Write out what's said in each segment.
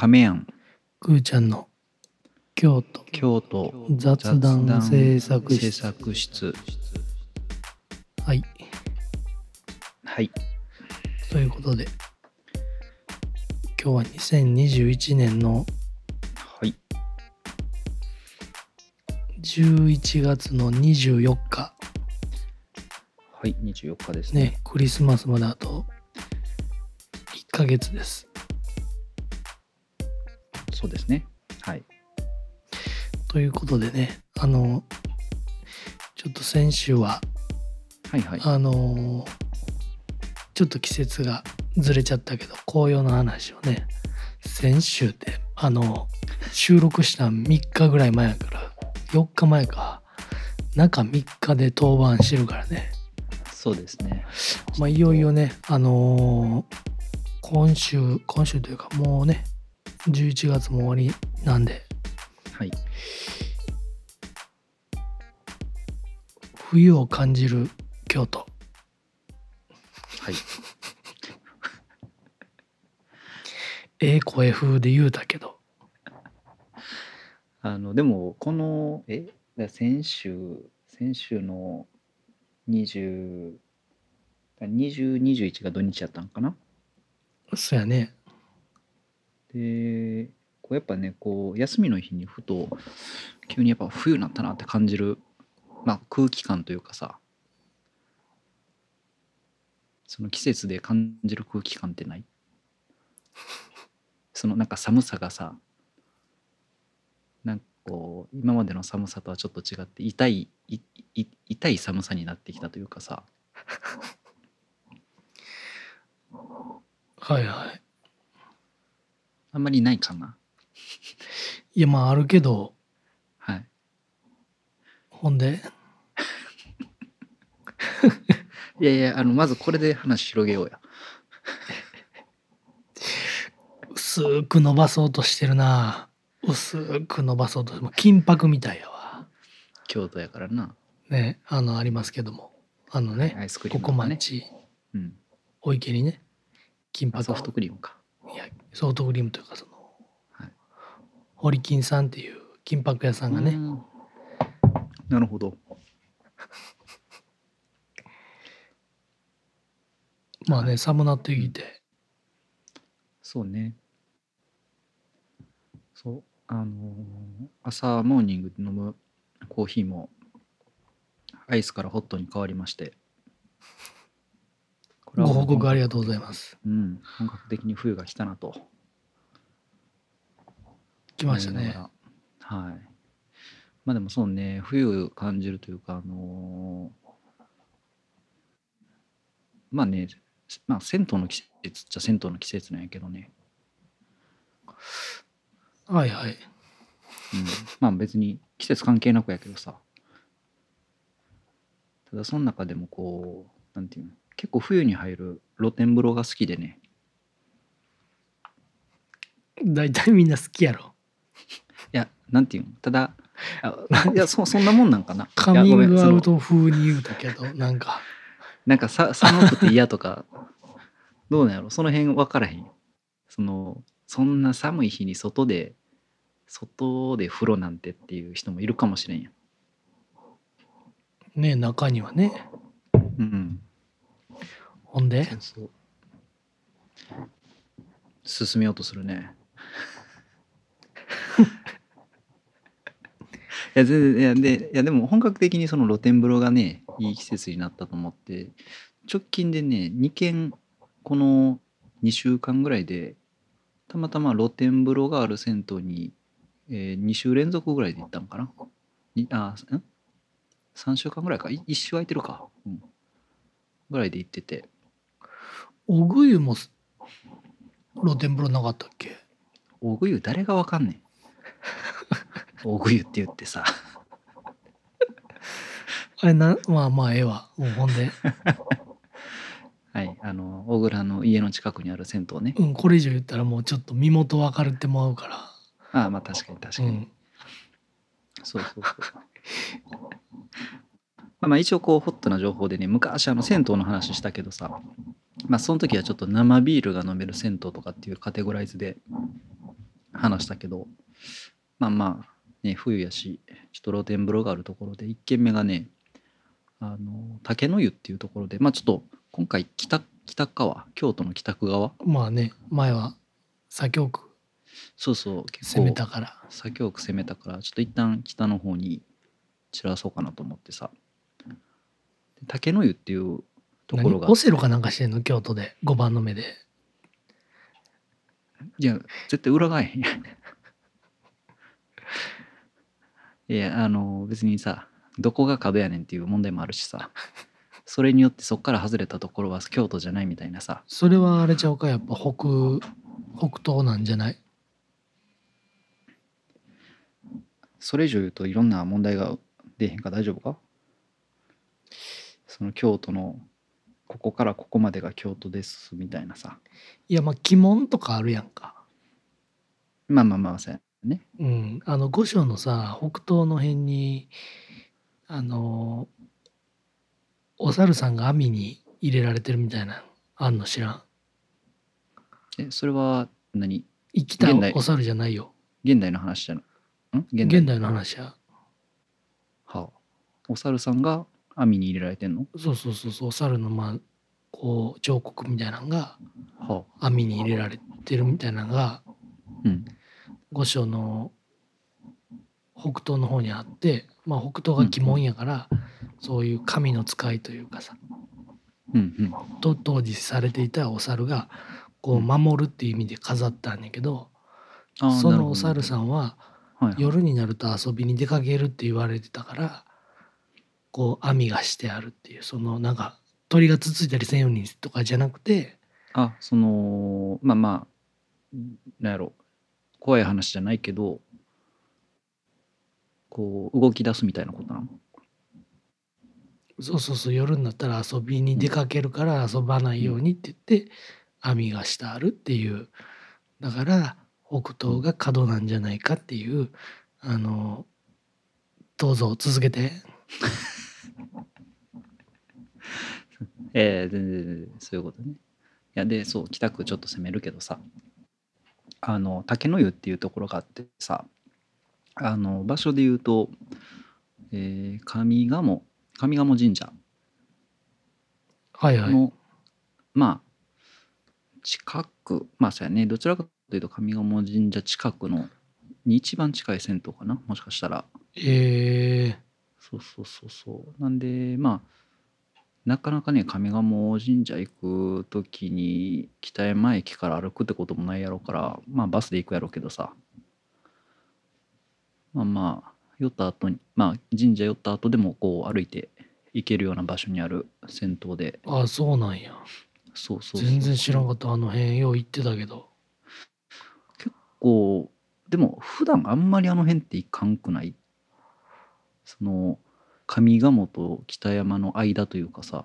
亀庵くーちゃんの京都雑談制作室。はい。ということで、今日は2021年の11月の24日。 はい、24日ですね。 クリスマスまであと1ヶ月です。 そうですね。はい。 ということでね、ちょっと先週は、ちょっと季節がずれちゃったけど、紅葉の話をね、先週って収録した3日ぐらい前やから4日前か、中3日で登板してるからね。 そうですね。 いよいよね、今週というかもうね、11月も終わりなんで、 はい。 冬を感じる京都。 はい。 声風で言うたけど。 でもこの先週の20、21が土日やったんかな。 そうやね。 で、こうやっぱね、こう休みの日にふと急にやっぱ冬になったなって感じる、空気感というかさ、その季節で感じる空気感ってない？そのなんか寒さがさ、なんかこう今までの寒さとはちょっと違って痛い寒さになってきたというかさ。 はいはい。 あんまりないかな。 いやあるけど。 はい。 ほんでいやまずこれで話広げようや。 薄く伸ばそうとしてるな。薄く伸ばそうと、金箔みたいやわ。 京都やからな。 ね、ありますけども、 アイスクリームことかね。 町、お池にね、金箔。 ソフトクリームか。 いや、ソフトクリームというかはい、 堀金さんっていう金箔屋さんがね。 なるほど。 寒なってきて。 そうね。そう、朝モーニングで飲むコーヒーもアイスからホットに変わりまして、 ご報告ありがとうございます。 本格的に冬が来たなと。 来ましたね。 はい。でもそうね、冬感じるというか、銭湯の季節っちゃ銭湯の季節なんやけどね。 はいはい。 別に季節関係なくやけどさ。ただその中でもこう、なんていうの、結構冬に入る露天風呂が好きでね。 大体みんな好きやろ。 いや、なんていうの、ただ、いやそんなもんなんかな。 カミングアウト風に言うたけど、なんか寒くて嫌とかどうなんやろ、その辺分からへん。そんな寒い日に外で風呂なんてっていう人もいるかもしれんやんね。中にはね。ほんでそう進めようとするね。いや全然でも本格的にその露天風呂がね、いい季節になったと思って、直近でね2軒この2週間ぐらいでたまたま露天風呂がある銭湯に、2週連続ぐらいで行ったのかな。3週間ぐらいか、1週空いてるか、ぐらいで行ってて。 小具湯も露天風呂なかったっけ？ 小具湯誰がわかんねん。小具湯って言ってさ。 あれええわ。ほんではい、小倉の家の近くにある銭湯ね。 これ以上言ったらもうちょっと身元分かるってもらうから。 確かに。そう。一応こうホットな情報でね、昔銭湯の話したけどさ、その時はちょっと生ビールが飲める銭湯とかっていうカテゴライズで話したけど、まあまあね、冬やしちょっと露天風呂があるところで1軒目がね、竹の湯っていうところで、まあちょっと今回北側、京都の北区側、 まあね、前は左京区そうそう結攻め構たから。 左京区攻めたから、ちょっと一旦北の方に散らそうかなと思ってさ、で竹の湯っていうところがあって、 オセロかなんかしてんの京都で5番の目で。 いや絶対裏返へんやん。いや別にさ、どこが角やねんっていう問題もあるしさ、それによってそっから外れたところは京都じゃないみたいなさ。 それはあれちゃうか、やっぱ北東なんじゃない？ それ以上言うといろんな問題が出へんか大丈夫か？その京都のここからここまでが京都ですみたいなさ。 いや、まあ鬼門とかあるやんか。 まあまあまあそうやね。 うん。御所のさ、北東の辺に、あの、お猿さんが網に入れられてるみたいな、あんの知らん？ それは何？ 生きた現代お猿じゃないよ。 現代の話じゃない？現代。 現代の話や。 はあ。お猿さんが網に入れられてんの？ そうそうそうそう、お猿のこう彫刻みたいなのがはあ。 網に入れられてるみたいなのがうん。 御所の北東の方にあって、まあ北東がうん鬼門やから、そういう神の使いというかさ、 うんうん。 当時されていたお猿がこううん守るっていう意味で飾ったんやけど、 ああ、 そなるほどなるのお猿さんはほど。はいはい。 夜になると遊びに出かけるって言われてたから、こう網がしてあるっていう、そのなんか鳥がつついたりせんようにとかじゃなくて、 あ、まあまあ、なんやろ、怖い話じゃないけど、こう動き出すみたいなことなの？ そうそうそう、夜になったら遊びにうん。 出かけるから遊ばないうんようにって言って網がしてあるっていう、だから北うん。 東が角なんじゃないかっていう、あのどうぞ続けて。 全然そういうことね。いやで、そう、北区ちょっと攻めるけどさ、竹の湯っていうところがあってさ、場所で言うと、上賀茂神社はいはい。 の、まあ、近く、まあそうやね、どちらかというと上賀茂神社近くのに一番近い銭湯かな、もしかしたら。 えそうそうそうそう。なんで、まあ、なかなかね、上賀茂神社行く時に北山駅から歩くってこともないやろから、まあバスで行くやろうけどさ、まあまあ、寄った後に、まあ神社寄った後でもこう歩いて行けるような場所にある銭湯で、 あ、そうなんや。 そうそう全然そうそう。 知らんかった。あの辺よう行ってたけど。 結構、でも普段あんまりあの辺って行かんくない？その上賀茂と北山の間というかさ、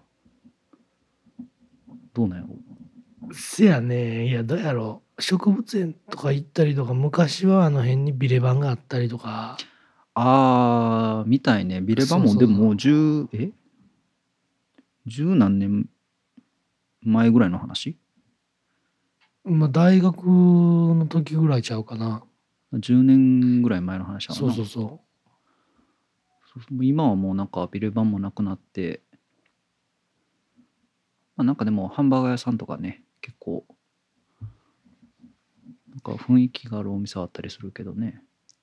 どうなんやろ？ せやね。いや、どうやろう。植物園とか行ったりとか、昔はあの辺にビレバンがあったりとか。 みたいね。ビレバそうそうそンもでももう十何年前ぐらいの話？ う。まあ、大学の時ぐらいちゃうかな。 10 年ぐらい前の話やわそうな。 そうそ今はもうなんかビレバンもなくなって、まあ、なんかでもハンバーガー屋さんとかね、結構なんか雰囲気があるお店あったりするけどね。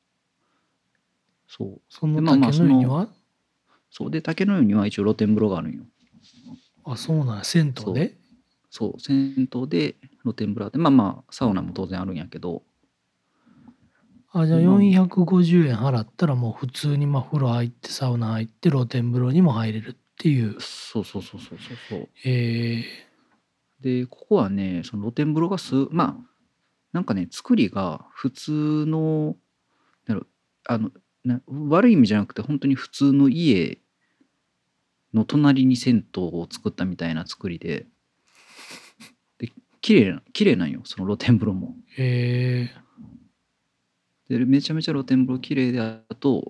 そう。 う。そので、まあまあ、 竹の湯には、 そうで、竹の湯には一応露天風呂があるんよ。 あ、そうなんや。銭湯そう。 で。 そう。銭湯で露天風呂あって、まあまあ、サウナも当然あるんやけど、 あ、じゃあで、まあ、 450円払ったらもう普通にまあ風呂入ってサウナ入って露天風呂にも入れるっていう。 そうそうそうそうそうそう。 えで、ここはね、その露天風呂がまあ、なんかね、作りが普通の、なんだろう、あの、悪い意味じゃなくて、本当に普通の家の隣に銭湯を作ったみたいな作りで、で、綺麗なんよ、その露天風呂も。 えで、めちゃめちゃ露天風呂綺麗で、あと、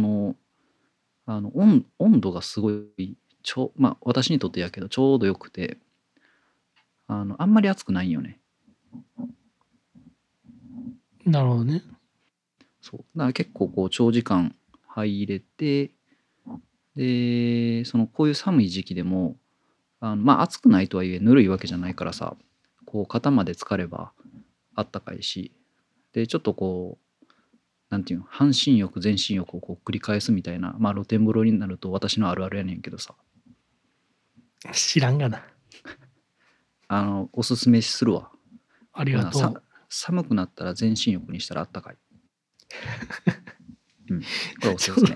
温度がすごい、まあ、私にとってやけど、ちょうどよくて、あんまり熱くないんよね。 なるほどね。 そうだから結構こう長時間入れて、でこういう寒い時期でもまあ暑くないとはいえぬるいわけじゃないからさ、こう肩まで浸かればあったかいし、でちょっとこうなんていうの、半身浴全身浴をこう繰り返すみたいな、まあ露天風呂になると私のあるあるやねんけどさ、 知らんがな。 おすすめするわ。 ありこれながとう。 寒くなったら全身浴にしたらあったかい。うん、これおすすめ。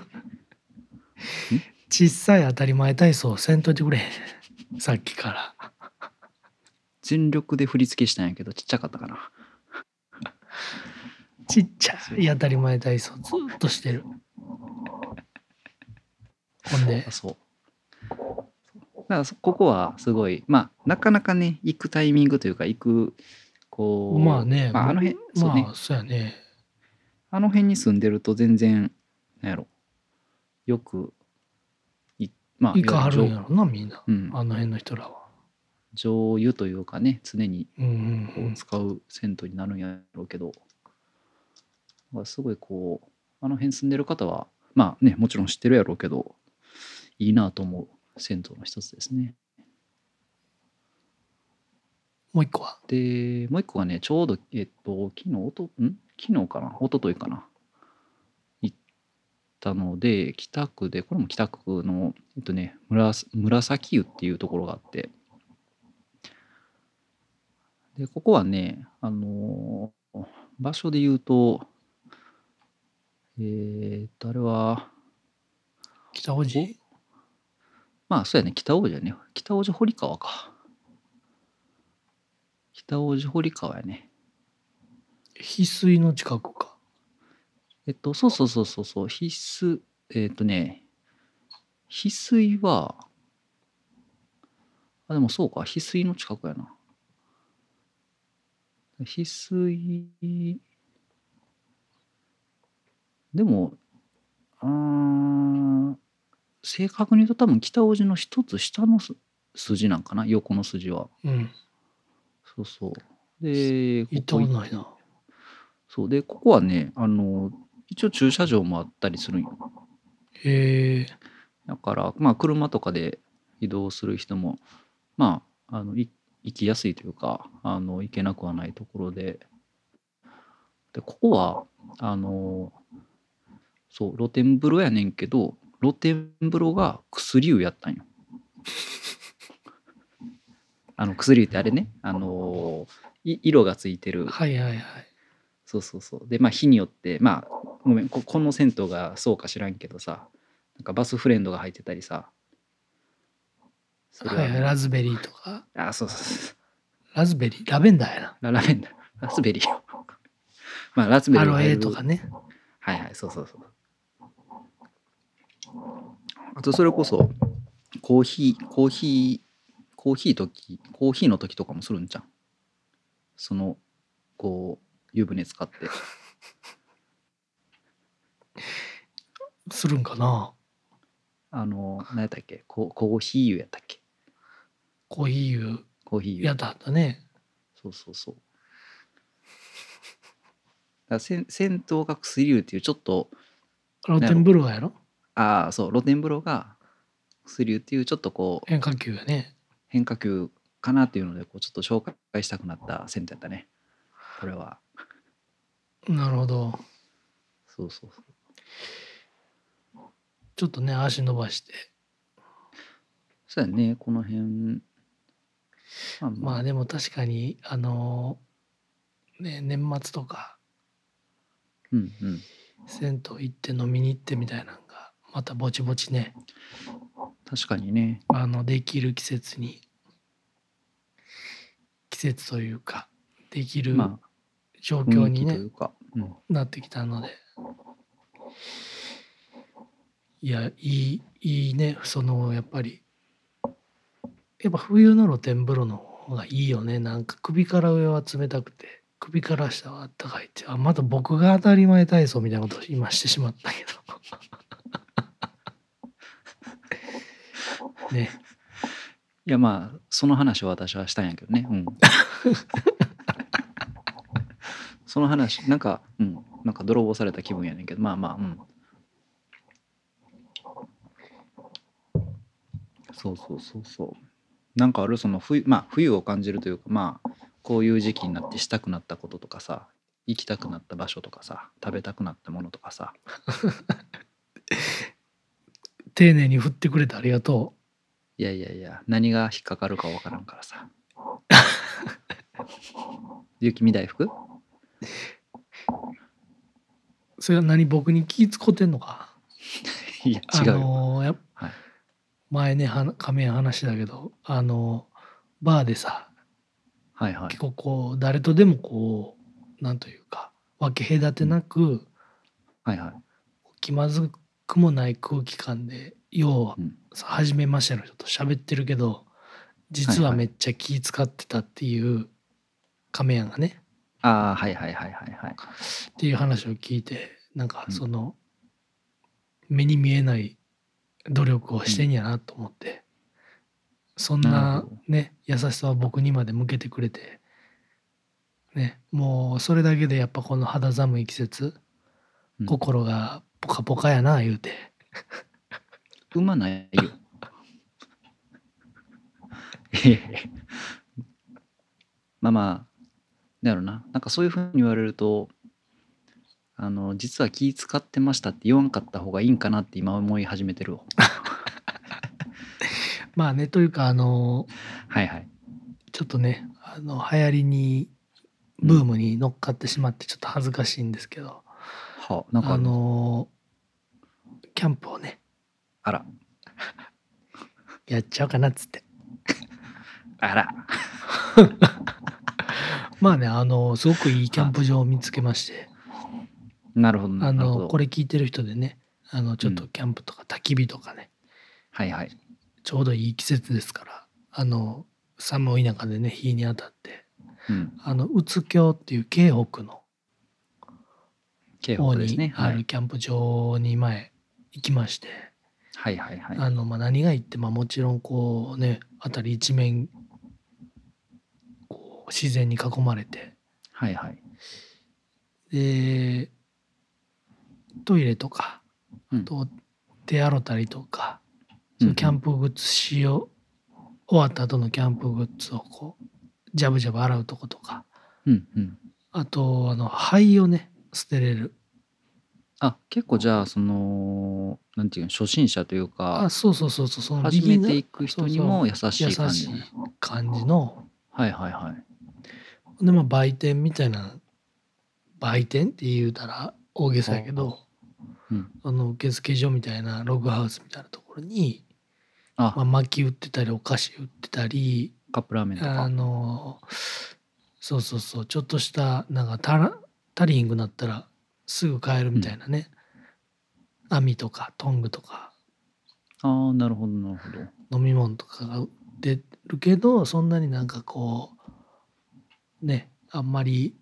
小さい当たり前体操せんといてくれへん。さっきから。 全力で振り付けしたんやけどちっちゃかったかな。 ちっちゃい当たり前体操ずっとしてる。ほんであ、そう。だからここはすごい、まあなかなかね行くタイミングというか行くこう、 まあね、 まあ、あの辺そうね、 まあそうやね。 あの辺に住んでると全然なんやろ、よくまあい行かはるんわゆるやろな、みんな。 うんあの辺の人らは。 醤油というかね、常にうんうんこう使う銭湯になるんやろうけど、まあすごいこうあの辺住んでる方はまあねもちろん知ってるやろうけどいいなと思う銭湯の一つですね。 もう一個は。 でもう一個がねちょうど昨日かな一昨日かな行ったので、北区で、これも北区の紫湯っていうところがあって、でここはね場所で言うとあれは北大路。 まあそうやね、北大路やね、北大路堀川か、北大路堀川やね。 翡翠の近くか。 そうそうそうそうそう、必須翡翠はでもそうか、翡翠の近くやな。翡翠でも正確に言うと多分北大路の一つ下の筋なんかな、横の筋は。 うん。 そうそう。で行ったことないな。 そうでここはね一応駐車場もあったりするんよ。 へえ。 だからまあ車とかで移動する人もまあ行きやすいというか行けなくはないところで、ここはそう露天風呂やねんけど露天風呂が薬湯やったんよ。薬湯ってあれね色がついてる。 はいはいはい。 そうそうそう。でまあ日によってまあごめんこの銭湯がそうか知らんけどさ、なんかバスフレンドが入ってたりさするはいはい。ラズベリーとか。 そうそうそう、 ラズベリー、ラベンダーやな。 ラベンダーラズベリーよまあラズベリーがアロエ入るとかね。 はいはいそうそうそう。あとそれこそコーヒーの時とかもするんじゃん、こう湯船使ってするんかな。 何やったっけ、コーヒー湯やったっけ、 コーヒー湯コーヒー湯やったはったね。 そうそうそう。だから銭湯が薬湯っていうちょっと露天風呂やろ。 そう露天風呂が薬湯っていうちょっとこう変化球やね。 変化球かなっていうのでこうちょっと紹介したくなった銭湯やったねこれは。 なるほど。 そうそうそう。 ちょっとね、足伸ばして。 そうやねこの辺まあでも確かに、ね、年末とか、 うんうん銭湯行って飲みに行ってみたいなのが、またぼちぼちね、 確かにね。 できる季節というか、できるまあ状況雰囲にね、 気というか、 なってきたので、いや、いいね、やっぱり、冬の露天風呂の方がいいよね。なんか首から上は冷たくて、首から下はあったかいって、また僕が当たり前体操みたいなことを今してしまったけど。ね。 いやまあその話を私はしたんやけどね。 その話なんかなんか泥棒された気分やねんけど、まあまあそうそうそうそう。なんかあるその冬を感じるというか、まあこういう時期になってしたくなったこととかさ、行きたくなった場所とかさ、食べたくなったものとかさ。 丁寧に振ってくれてありがといやいやいや、何が引っかかるかわからんからさ。雪見大福？ う。それは何、僕に気使ってんのか。 いや違うよ。はい前ね亀や話だけどバーでさ、 はいはい結構こう誰とでもこうなんというか分け隔てなく、 はいはい。 気まずくもない空気感でようんうさ初めましての人と喋ってるけど実はめっちゃ気使ってたっていう亀やんがねああはいはいはいはいはい。 っていう話を聞いて、なんかうんその目に見えない努力をしてんやなと思って、そんななるほど。 ね優しさを僕にまで向けてくれてね、もうそれだけでやっぱこの肌寒い季節、 うん心がポカポカやな言うて。 うまないよ。いやいやまあまあ、だろうな。なんかそういうふうに言われると、実は気使ってましたって言わんかった方がいいんかなって今思い始めてるわ。 まあねというかはいはい。 ちょっとね流行りにブームに乗っかってしまってちょっと恥ずかしいんですけど、 はあ、なんかあるの？ キャンプをねあら、 やっちゃおうかなっつって。 あら。 まあねすごくいいキャンプ場を見つけまして、 なるほどなるほど。 これ聞いてる人でねちょっとキャンプとか焚き火とかね、 はいはい。 ちょうどいい季節ですから寒い中でね日に当たってうん。 宇津峡っていう京北の京方北ですね。 にあはい。 るキャンプ場に前行きまして、 はいはいはい。 何がいいってもちろんこうね辺り一面こう自然に囲まれて、 はいはい。 でトイレとかうんあと手洗ったりとか、 うんそのキャンプグッズ終わった後のキャンプグッズをこうジャブジャブ洗うとことか、 うんうん。 あと灰をね捨てれる、 あ、結構じゃあなんていうの、初心者というかそうそうそうそう、そのビ始めギナーていく人にも優し優い感じ。 しい感じの、 はいはいはい。 で売店みたいな、売店って言うたら大げさやけど、受付所みたいなログハウスみたいなところに、薪売ってたりお菓子売ってたり、 カップラーメンとか。 そうそうそう、ちょっとしたなんか足りひんくなったらすぐ買えるみたいなね、網とかトングとかああ、なるほどなるほど。 飲み物とかが売ってるけど、そんなになんかこうねあんまり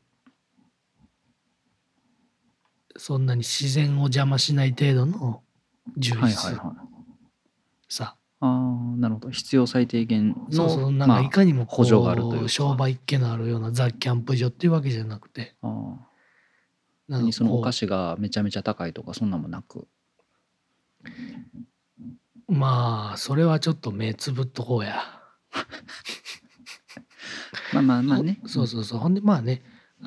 そんなに自然を邪魔しない程度の充実さ。 ああ、なるほど。必要最低限そうそのう、なんかいかにも補助があるというか。 商売っ気のあるようなザ・キャンプ場っていうわけじゃなくて、 なんかそのお菓子がめちゃめちゃ高いとかそんなもなく。 まあそれはちょっと目つぶっとこうや。 まあまあまあね。 そうそうそう。ほんでまあね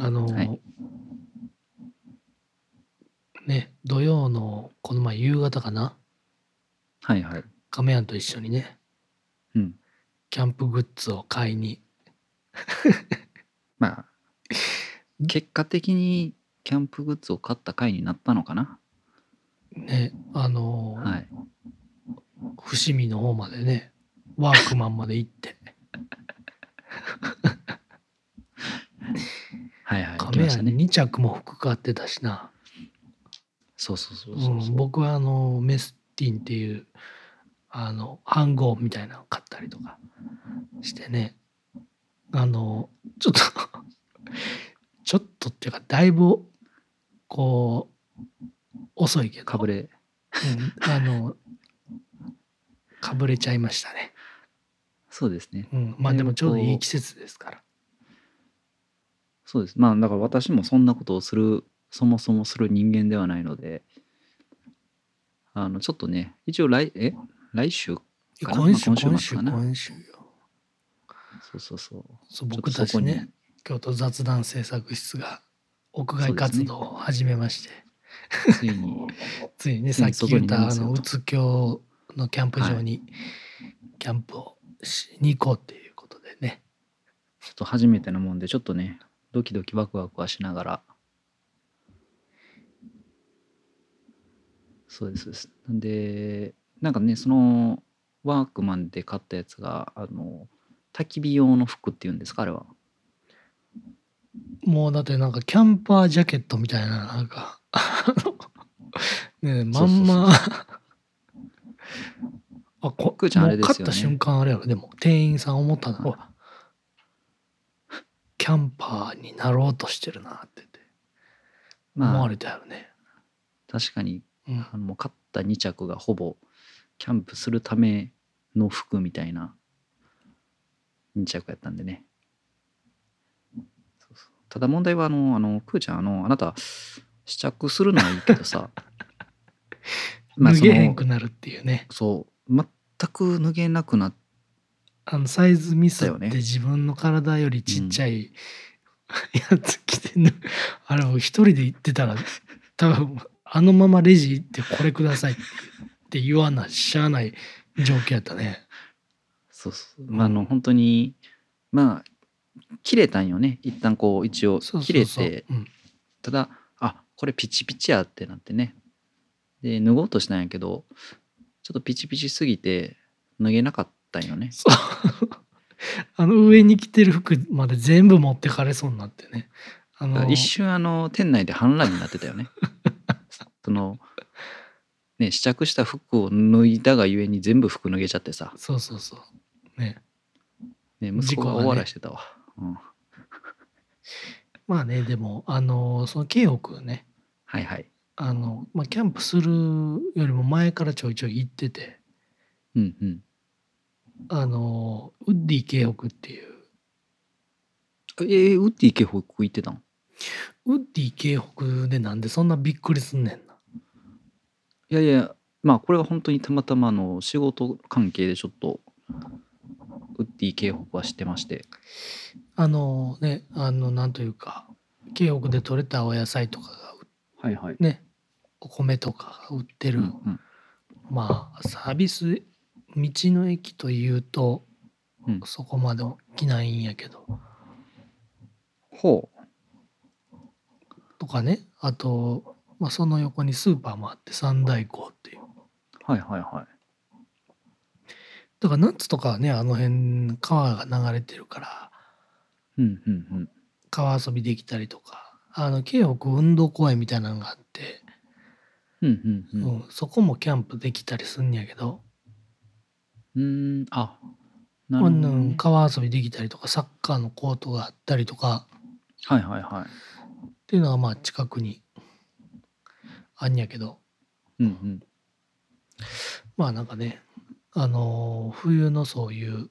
ね土曜のこの前夕方かな。 はいはい。 亀やんと一緒にね、キャンプグッズを買いに。 まあ結果的にキャンプグッズを買った回になったのかな。 ね伏見の方までねワークマンまで行って。 はいはい。 亀やん2着も服買ってたしな。 そうそうそうそう。 僕はメスティンっていう飯盒みたいなの買ったりとかしてね、ちょっとちょっとっていうかだいぶこう遅いけどかぶれかぶれちゃいましたね。 そうですね。 まあでもちょうどいい季節ですから。 そうです。まあだから私もそんなことをそもそもする人間ではないので、ちょっとね、一応来週かな、まあ、今週末かな。 今週よ。 そうそうそう。 そう、 ちょっと僕たちそこに、 ね、京都雑談制作室が屋外そうですね。 活動を始めまして、 ついに、 ついにね、 ついにさっき言っ外に出たますよと。 宇津京のキャンプ場にキャンプをしに行こうっていうことでね。 ちょっと初めてなもんで、ちょっとね、ドキドキワクワクはしながら、そうですそうです。なんで、なんかね、そのワークマンで買ったやつが、焚き火用の服っていうんですか、あれは。 もうだってなんかキャンパージャケットみたいな、なんかねえ、まんまくーちゃんあれでもう買っすよね。 た瞬間あれやろ、でも店員さん思ったのは、キャンパーになろうとしてるなって言って思わまあ、 れたよね。 確かに、 うんもう買った2着がほぼキャンプするための服みたいな2着やったんでね。そうそう。ただ問題はくーちゃん、あなた試着するのはいいけどさ、まあ脱げへんくなるっていうね。 そう全く脱げなくなっサイズミスってたよね。 自分の体よりちっちゃいやつ着てんの、あれを一人で行ってたら多分あのままレジ行ってこれくださいって言わなしゃあない状況やったね。 そうそう。まあ本当にまあ切れたんよね。一旦こう一応切れて、ただこれピチピチやってなってね。で脱ごうとしたんやけど、ちょっとピチピチすぎて脱げなかったんよね。 そう上に着てる服まで全部持ってかれそうになってね。 一瞬店内で反乱になってたよね。そのね、試着した服を脱いだがゆえに全部服脱げちゃってさ。 そうそうそうね。 ね、息子が大笑いしてたわ。 まあね、でもその慶北ね、 はいはい。 キャンプするよりも前からちょいちょい行ってて、 うんうん。 ウッディ京北っていう。 ウッディ京北行ってたん？ ウッディ京北でなんでそんなびっくりすんねんな。 いやいや、まあこれは本当にたまたま仕事関係でちょっとウッディ京北は知ってまして。 なんというか、京北で採れたお野菜とかがはいはい。 ね、お米とかが売ってる、まあサービス道の駅というと、そこまで大きないんやけど。 ほう。とかね、あと、その横にスーパーもあって三大港っていう。 はいはいはい。 だから夏とかはね、あの辺川が流れてるから、川遊びできたりとか、京北運動公園みたいなのがあって、そこもキャンプできたりすんやけど、 なるほどね。 川遊びできたりとか、サッカーのコートがあったりとか、 はいはいはい。 っていうのがまあ近くにあんやけど、まあなんかね、冬のそういう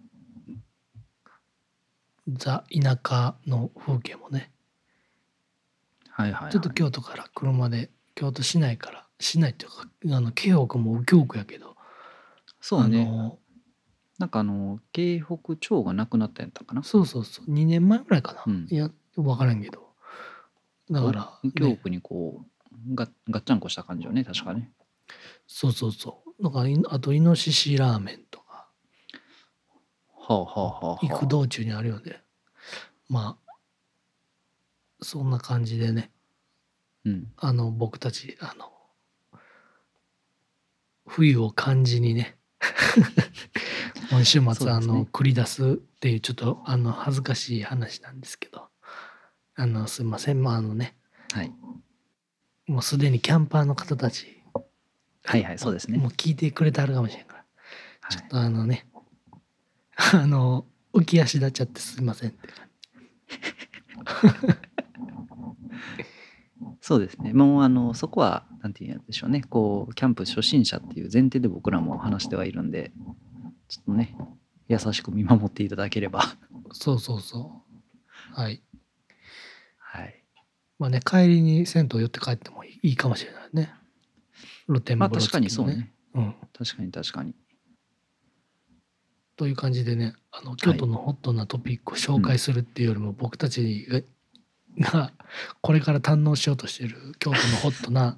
田舎の風景もね、ちょっと京都から車で、京都市内っていうか、京北も右京区やけど、 そうね。なんか京北町がなくなったんやったかな。 そう2年前ぐらいかな。いや分からんけど、だから右京区にこうガッチャンコした感じよね、確かね。 そうだからあとイノシシラーメンとか行く道中にあるよね。まあそんな感じでね、僕たち冬を感じにね今週末繰り出すっていうちょっと恥ずかしい話なんですけど、すいません、はい、もうすでにキャンパーの方たちそうですね。 もう聞いてくれてはるかもしれんから、ちょっと浮き足立っちゃってすいませんってそうですね。もうそこはなんていうんでしょうね。こうキャンプ初心者っていう前提で僕らも話してはいるんで、ちょっとね優しく見守っていただければ。 そうはい。 まあね、帰りに銭湯寄って帰ってもいいかもしれないね。露天まあ風呂確かに付きのね。 そうね。 うん。 確かに確かに。 という感じでね、京都のホットなトピックを紹介するっていうよりも、僕たちがこれから堪能しようとしている京都のホットな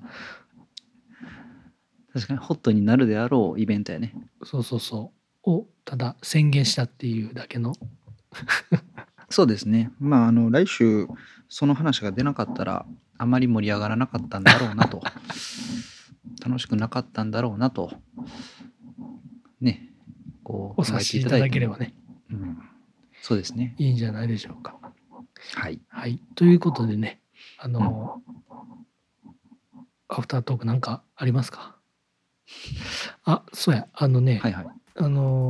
確かにホットになるであろうイベントやね。 そうをただ宣言したっていうだけの。 そうですね。まあ来週その話が出なかったらあまり盛り上がらなかったんだろうなと楽しくなかったんだろうなとね、こうお察しいただければね、 うん、そうですね。 いいんじゃないでしょうか。 はいはい。ということでね、アフタートークなんかありますか？あ、そうや、 はいはい。 ポ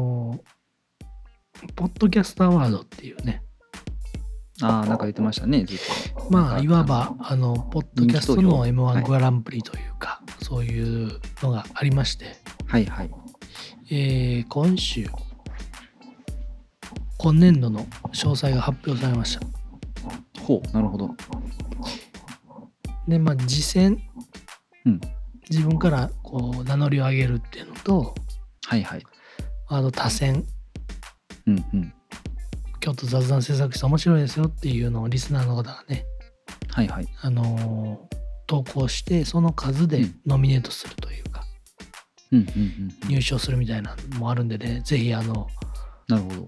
ッドキャストアワードっていうね、 なんか言ってましたね、ずっと。 まあいわばポッドキャストの M1 グはいランプリというか、そういうのがありまして、 はいはい。 今週今年度の詳細が発表されました。 ほう、なるほど。 で、まあ次戦、 うん、 自分からこう名乗りを上げるっていうのと、 はいはい。 他戦、 うんうん。 京都雑談制作室面白いですよっていうのをリスナーの方がね、 はいはい。 投稿して、その数でノミネートするというか、 うんうんうんうん、 入賞するみたいなのもあるんでね、ぜひなるほど。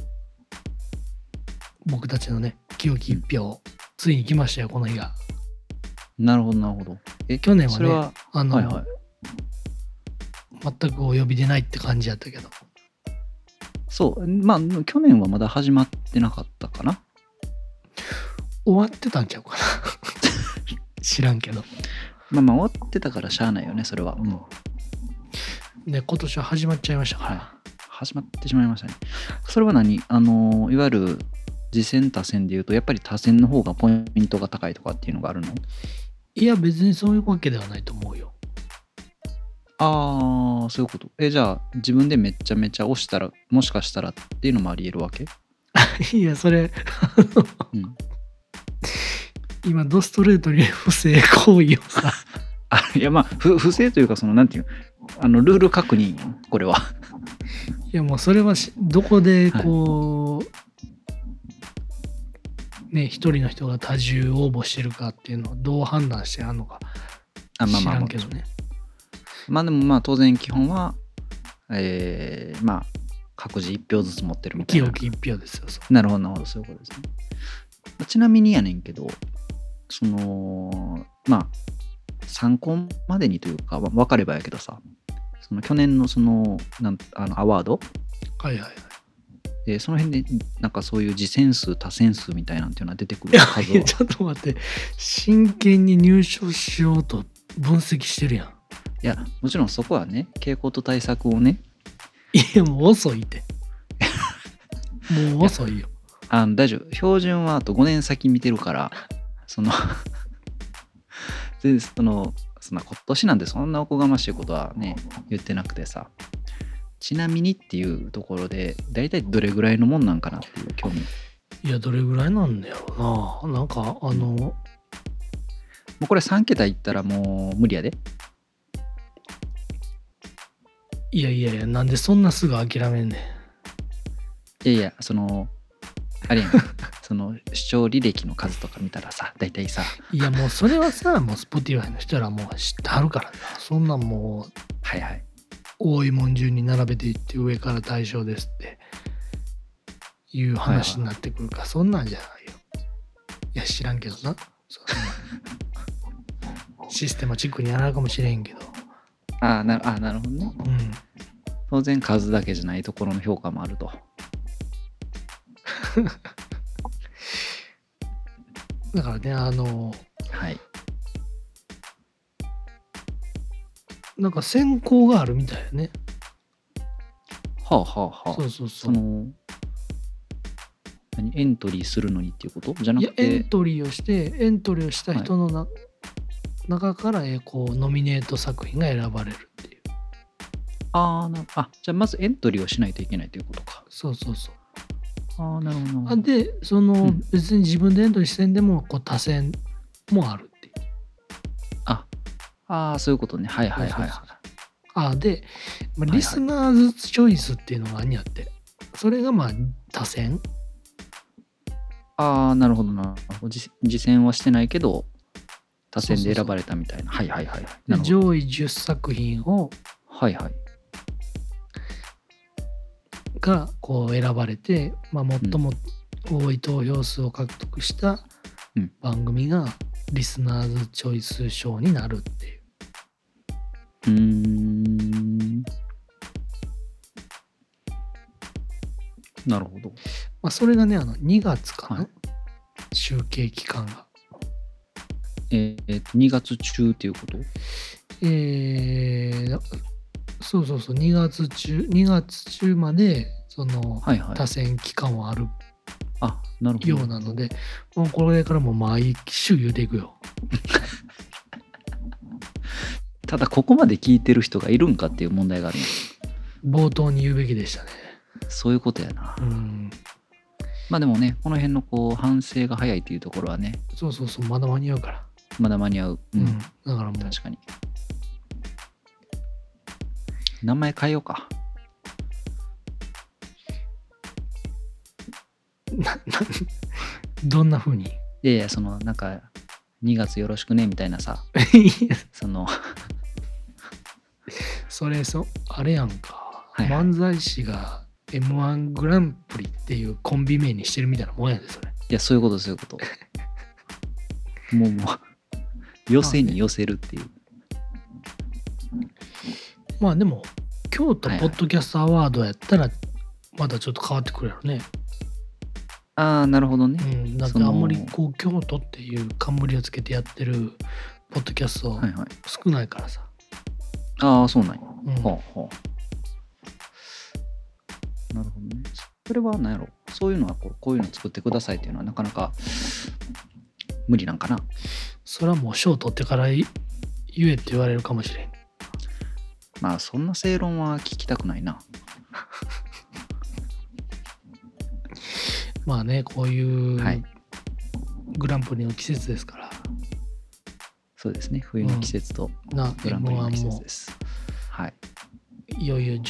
僕たちのね、清き一票、ついに来ましたよ、この日が。 なるほどなるほど。 去年はね、 それははいはい、 全くお呼びでないって感じやったけど。 そう、まあ去年はまだ始まってなかったかな。 終わってたんちゃうかな。知らんけど。 まあ終わってたからしゃあないよね、それは。 ね、今年は始まっちゃいましたから。 はい、始まってしまいましたね。それは何？いわゆる次戦他戦でいうと、やっぱり他戦の方がポイントが高いとかっていうのがあるの？ いや、別にそういうわけではないと思うよ。 そういうこと。じゃあ自分でめちゃめちゃ押したら、もしかしたらっていうのもあり得るわけ？ いや、それ、今ドストレートに不正行為をさいやまあ不正というか、そのなんていうルール確認、これは。 いやもうそれはどこでこう、ね、一人の人が多重応募してるかっていうのをどう判断してあんのか知らんけどね。 まあでもまあ当然基本はまあ各自1票ずつ持ってるみたいな。 清き1票ですよ。 なるほどなるほど、そういうことですね。ちなみにやねんけど、そのまあ参考までにというか分かればやけどさ、その去年のそのアワード、 はいはいはい、 その辺でなんかそういう次戦数多戦数みたいなんていうのは出てくる数は。 いやちょっと待って、真剣に入賞しようと分析してるやん。 いやもちろんそこはね、傾向と対策をね。 いやもう遅いってもう遅いよ。 大丈夫、標準はあと5年先見てるから、そんな今年なんてそんなおこがましいことはね言ってなくてさ、ちなみにっていうところでだいたいどれぐらいのもんなんかなっていう興味。 いやどれぐらいなんだろうな。なんかもうこれ3桁いったらもう無理やで。 いやなんでそんなすぐ諦めんねん。 いやそのあれやんその視聴履歴の数とか見たらさ、だいたいさ、 いやもうそれはさ、もう Spotify の人らもう知ってはるからな。そんなんもうはいはい、 多いもん順に並べていって上から対象ですっていう話になってくるから、そんなんじゃないよ。いや知らんけどな。システマチックにやらうかもしれんけど。 なるほどね。当然数だけじゃないところの評価もあると。 だからね、はい。なんか選考があるみたいよね。そう。 そのエントリーするのにっていうことじゃなくて。 いやエントリーをした人の中からこうノミネート作品が選ばれるっていう。 じゃあまずエントリーをしないといけないということか。 そう。 なるほど。 で別に自分でエントリーしてんでもこう多選もあるっていう。 そういうことね。はいはいはいそうはい。 で、 はいリスナーズチョイスっていうのがあんやって。それが多選。 なるほどなるほど。実践はしてないけど、多選で選ばれれたみたいな。はいはいはい。なでるほど。 上位10作品をはいはい。 がこう選ばれて、最も多い投票数を獲得したうん番組がリスナーズチョイス賞になるっていう。 なるほど。 それがね、2月かな、 はい集計期間が。 2月中っていうこと？ そう2月中までそのはいはい。 多選期間はあるなるほど。 ようなので、もうこれからも毎週言うていくよ。 ただここまで聞いてる人がいるんかっていう問題があるんや。 冒頭に言うべきでしたね。 そういうことやな。 うん。 まあでもね、この辺のこう反省が早いっていうところはね、 そうまだ間に合うから。 まだ間に合う。 だからもう確かに。名前変えようか。 どんな風に？ いやそのなんか2月よろしくねみたいなさ、そのそれあれやんか、 はいはい漫才師が M1 グランプリっていうコンビ名にしてるみたいなもんやでそれ。 いやそういうこともう寄せに寄せるっていう。 でも京都ポッドキャストアワードやったらまだちょっと変わってくるやろね。 なるほどね。 だってあんまりこう京都っていう冠をつけてやってるポッドキャスト少ないからさ。 そうなんや。なるほどね。それは何やろ、そういうのはこういうの作ってくださいっていうのはなかなか無理なんかな。 それはもう賞取ってから言えって言われるかもしれん。 そんな正論は聞きたくないな。 こういうグランプリの季節ですから。 そうですね。冬の季節とグランプリの季節です。はい。 いよいよ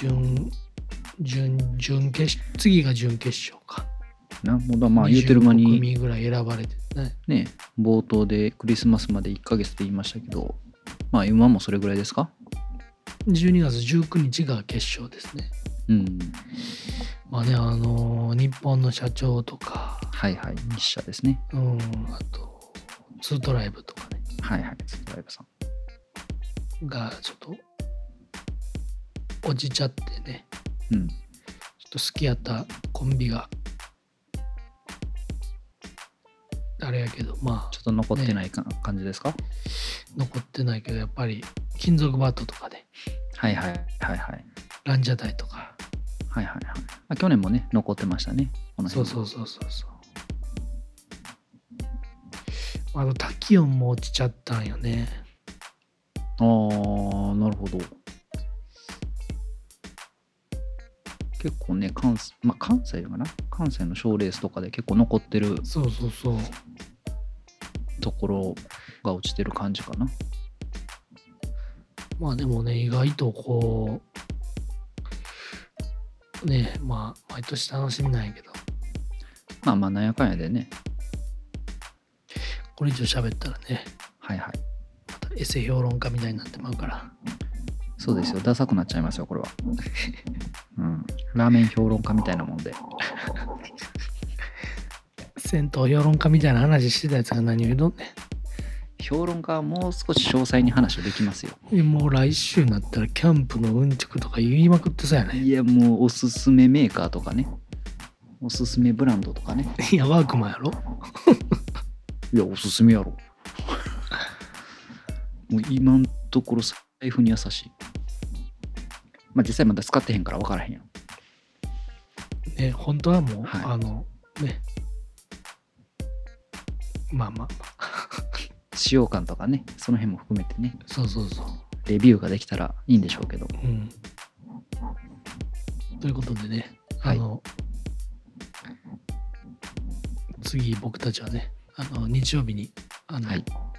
次が準決勝か。 もう言うてる間に 25組ぐらい選ばれてね。冒頭でクリスマスまで1ヶ月って言いましたけど、今もそれぐらいですか ？12月19日が決勝ですね。日本の社長とか、 日社ですね。 あとツートライブとかね。 ツートライブさんがちょっと落ちちゃってね。ちょっと好きやったコンビがあれやけどちょっと残ってない感じですか？ 残ってないけどやっぱり金属バットとかで。ランジャタイとか。 去年もね残ってましたね。この辺。 タキオンも落ちちゃったんよね。 なるほど。結構ね関西かな、関西の賞レースとかで結構残ってるところが落ちてる感じかな。 でもね意外とこうね毎年楽しみなんやけど、 なんやかんやでね、 これ以上喋ったらねまたエセ評論家みたいになってまうから。 そうですよ、ダサくなっちゃいますよこれは。ラーメン評論家みたいなもんで。 銭湯評論家みたいな話してたやつが何を言うとんねん。 評論家はもう少し詳細に話できますよ。 もう来週になったらキャンプのうんちくとか言いまくってそうやね。 いやもうおすすめメーカーとかね、おすすめブランドとかね。 いやワークマンやろ。 いやおすすめやろ。もう今のところ財布に優しい。実際まだ使ってへんから分からへんやん。 ね、本当はもう、 使用感とかね、その辺も含めてね。レビューができたらいいんでしょうけど。 ということでね、次僕たちはね、日曜日に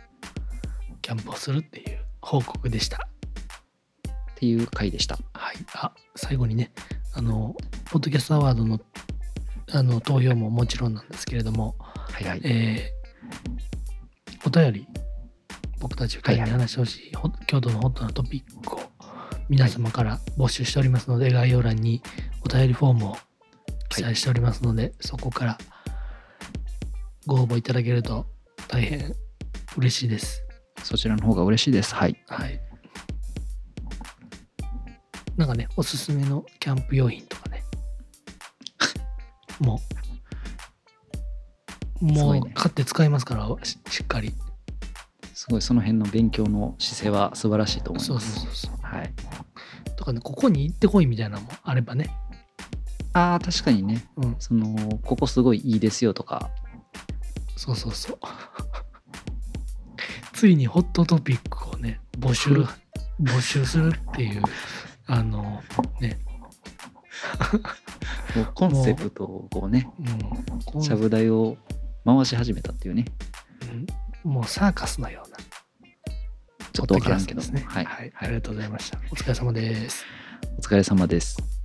キャンプをするっていう報告でした。 っていう回でした。 はい。最後にね、ポッドキャストアワードの投票ももちろんなんですけれども、 はいはい。 お便り、僕たち2人に話してほしい、京都のホットなトピックを皆様から募集しておりますので、概要欄にお便りフォームを記載しておりますので、そこからご応募いただけると大変嬉しいです。 そちらの方が嬉しいです。はい。 はい。なんかね、おすすめのキャンプ用品とかね、もう買って使いますから、しっかり。 すごいその辺の勉強の姿勢は素晴らしいと思います。 そう。 はい。 とかね、ここに行ってこいみたいなのもあればね。 確かにね、ここすごいいいですよとか。 そう。ついにホットトピックをね、募集するっていうね。 コンセプトをこうね、ちゃぶ台を回し始めたっていうね。 もうサーカスのような。 ちょっとわからんけどね。はい。ありがとうございました。お疲れ様です。 お疲れ様です。